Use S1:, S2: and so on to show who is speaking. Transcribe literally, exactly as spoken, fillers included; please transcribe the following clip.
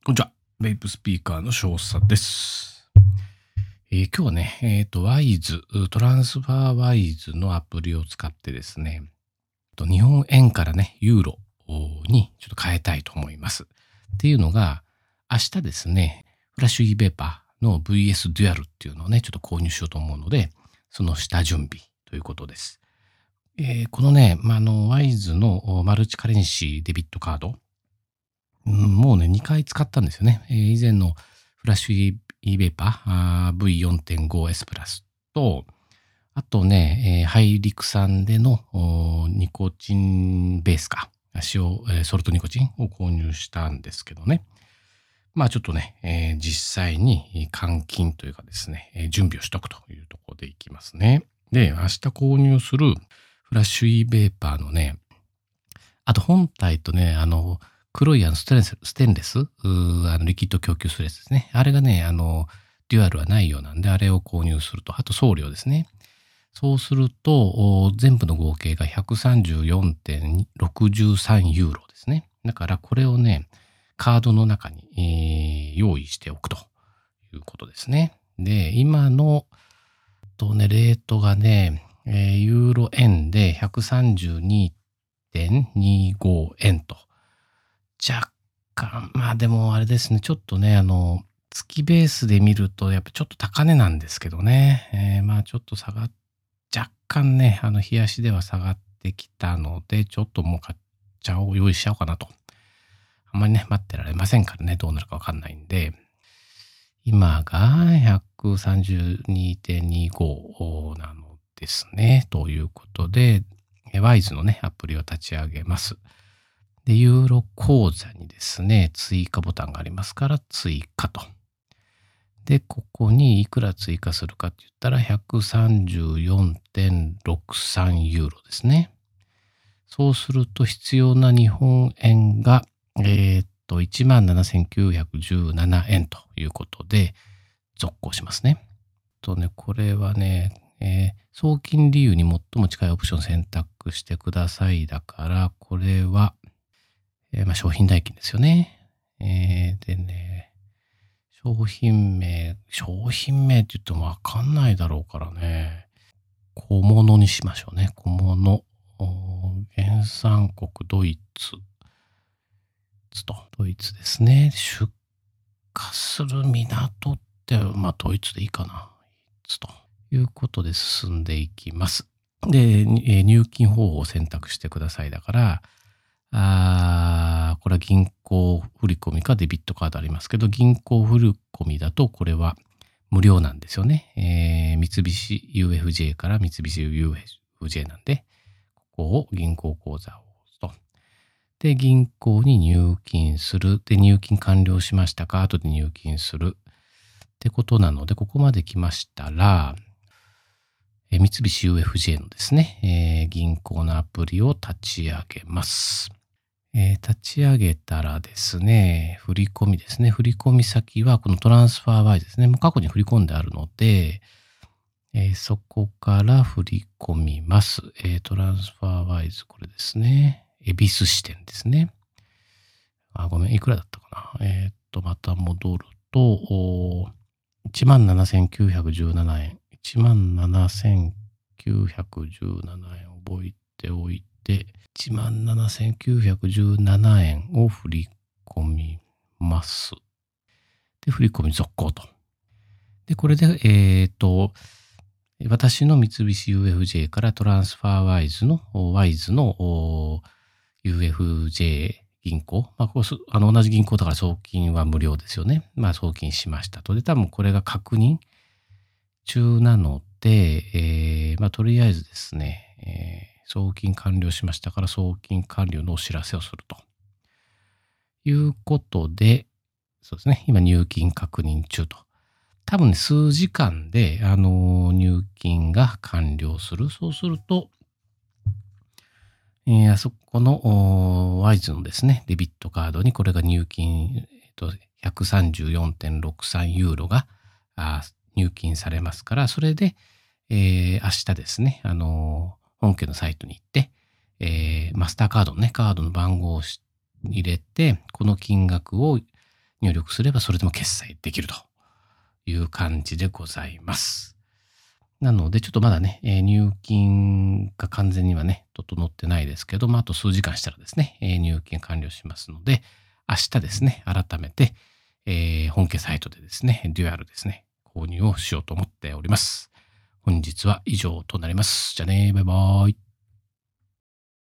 S1: こんにちは。ベイプスピーカーの少佐です。えー今日はね、えっ、と、ワイズ、トランスファーワイズのアプリを使ってですね、と日本円からね、ユーロにちょっと変えたいと思います。っていうのが、明日ですね、フラッシュ e ペーパーの ブイエス デュアルっていうのをね、ちょっと購入しようと思うので、その下準備ということです。えーこのね、まあ、あの、ワイズのマルチカレンシーデビットカード、うん、もうね、にかい使ったんですよね。えー以前のフラッシュ e ペーパーあー ブイよんてんごエス プラスと、あとね、えーハイリク酸でのおーニコチンベースか、塩、えーソルトニコチンを購入したんですけどね。まあちょっとね、えー実際に換金というかですね、えー準備をしとくというところでいきますね。で、明日購入するフラッシュ e ペーパーのね、あと本体とね、あの、黒いあのステンレス、ステンレス、うーあのリキッド供給するやつですね。あれがね、あの、デュアルはないようなんで、あれを購入すると、あと送料ですね。そうすると、お全部の合計が ひゃくさんじゅうよんてんろくさん ユーロですね。だからこれをね、カードの中に、えー用意しておくということですね。で、今のとね、レートがね、えーユーロ円で ひゃくさんじゅうにてんにご 円と。若干、まあでもあれですね、ちょっとね、あの、月ベースで見ると、やっぱちょっと高値なんですけどね、えーまあちょっと下がっ、若干ね、あの、冷やしでは下がってきたので、ちょっともう買っちゃおう、用意しちゃおうかなと。あんまりね、待ってられませんからね、どうなるかわかんないんで、今が ひゃくさんじゅうにてんにご なのですね。ということで、ワイズのね、アプリを立ち上げます。で、ユーロ口座にですね、追加ボタンがありますから、追加と。で、ここにいくら追加するかって言ったら、ひゃくさんじゅうよんてんろくさん ユーロですね。そうすると必要な日本円が、えーっと、いちまんななせんきゅうひゃくじゅうななえんということで、続行しますね。とね、これはね、えー送金理由に最も近いオプションを選択してくださいだから、これは、えーまあ、商品代金ですよね。えーでね、商品名、商品名って言ってもわかんないだろうからね。小物にしましょうね。小物。お原産国ドイツ。と、ドイツですね。出荷する港って、まあドイツでいいかな。ということで進んでいきます。で、えー入金方法を選択してくださいだから、あーこれは銀行振込かデビットカードありますけど、銀行振込だとこれは無料なんですよね。えー三菱 ユーエフジェー から三菱 ユーエフジェー なんで、ここを銀行口座を押すと。で、銀行に入金する。で、入金完了しましたか？後で入金する。ってことなので、ここまで来ましたら、えー三菱 ユーエフジェー のですね、えー銀行のアプリを立ち上げます。えー立ち上げたらですね、振り込みですね。振り込み先はこのトランスファーワイズですね。もう過去に振り込んであるので、えーそこから振り込みます。えートランスファーワイズ、これですね。恵比寿支店ですね。あ、ごめん、いくらだったかな。えーっと、また戻ると、おいちまんななせんきゅうひゃくじゅうななえん。いちまんななせんきゅうひゃくじゅうななえん覚えておいて、いちまんななせんきゅうひゃくじゅうななえんを振り込みます。で、振り込み続行と。で、これで、えーっと、私の三菱 ユーエフジェー からトランスファーワイズの、ワイズのお ユーエフジェー 銀行。まあ、こうすあの同じ銀行だから送金は無料ですよね。まあ、送金しましたと。で、多分これが確認中なので、えーまあ、とりあえずですね、えー送金完了しましたから送金完了のお知らせをするということで、そうですね、今入金確認中と。多分ね、数時間で、あのー入金が完了する。そうすると、えーあそこのおワイズのですね、デビットカードにこれが入金、えっと、ひゃくさんじゅうよんてんろくさんユーロがあ入金されますから、それで、えー明日ですね、あのー本家のサイトに行って、えーマスターカードのね、カードの番号をし入れて、この金額を入力すればそれでも決済できるという感じでございます。なので、ちょっとまだね、えー入金が完全にはね、整ってないですけど、まあ、あと数時間したらですね、えー入金完了しますので、明日ですね、改めて、えー本家サイトでですね、デュアルですね、購入をしようと思っております。本日は以上となります。じゃあね、バイバーイ。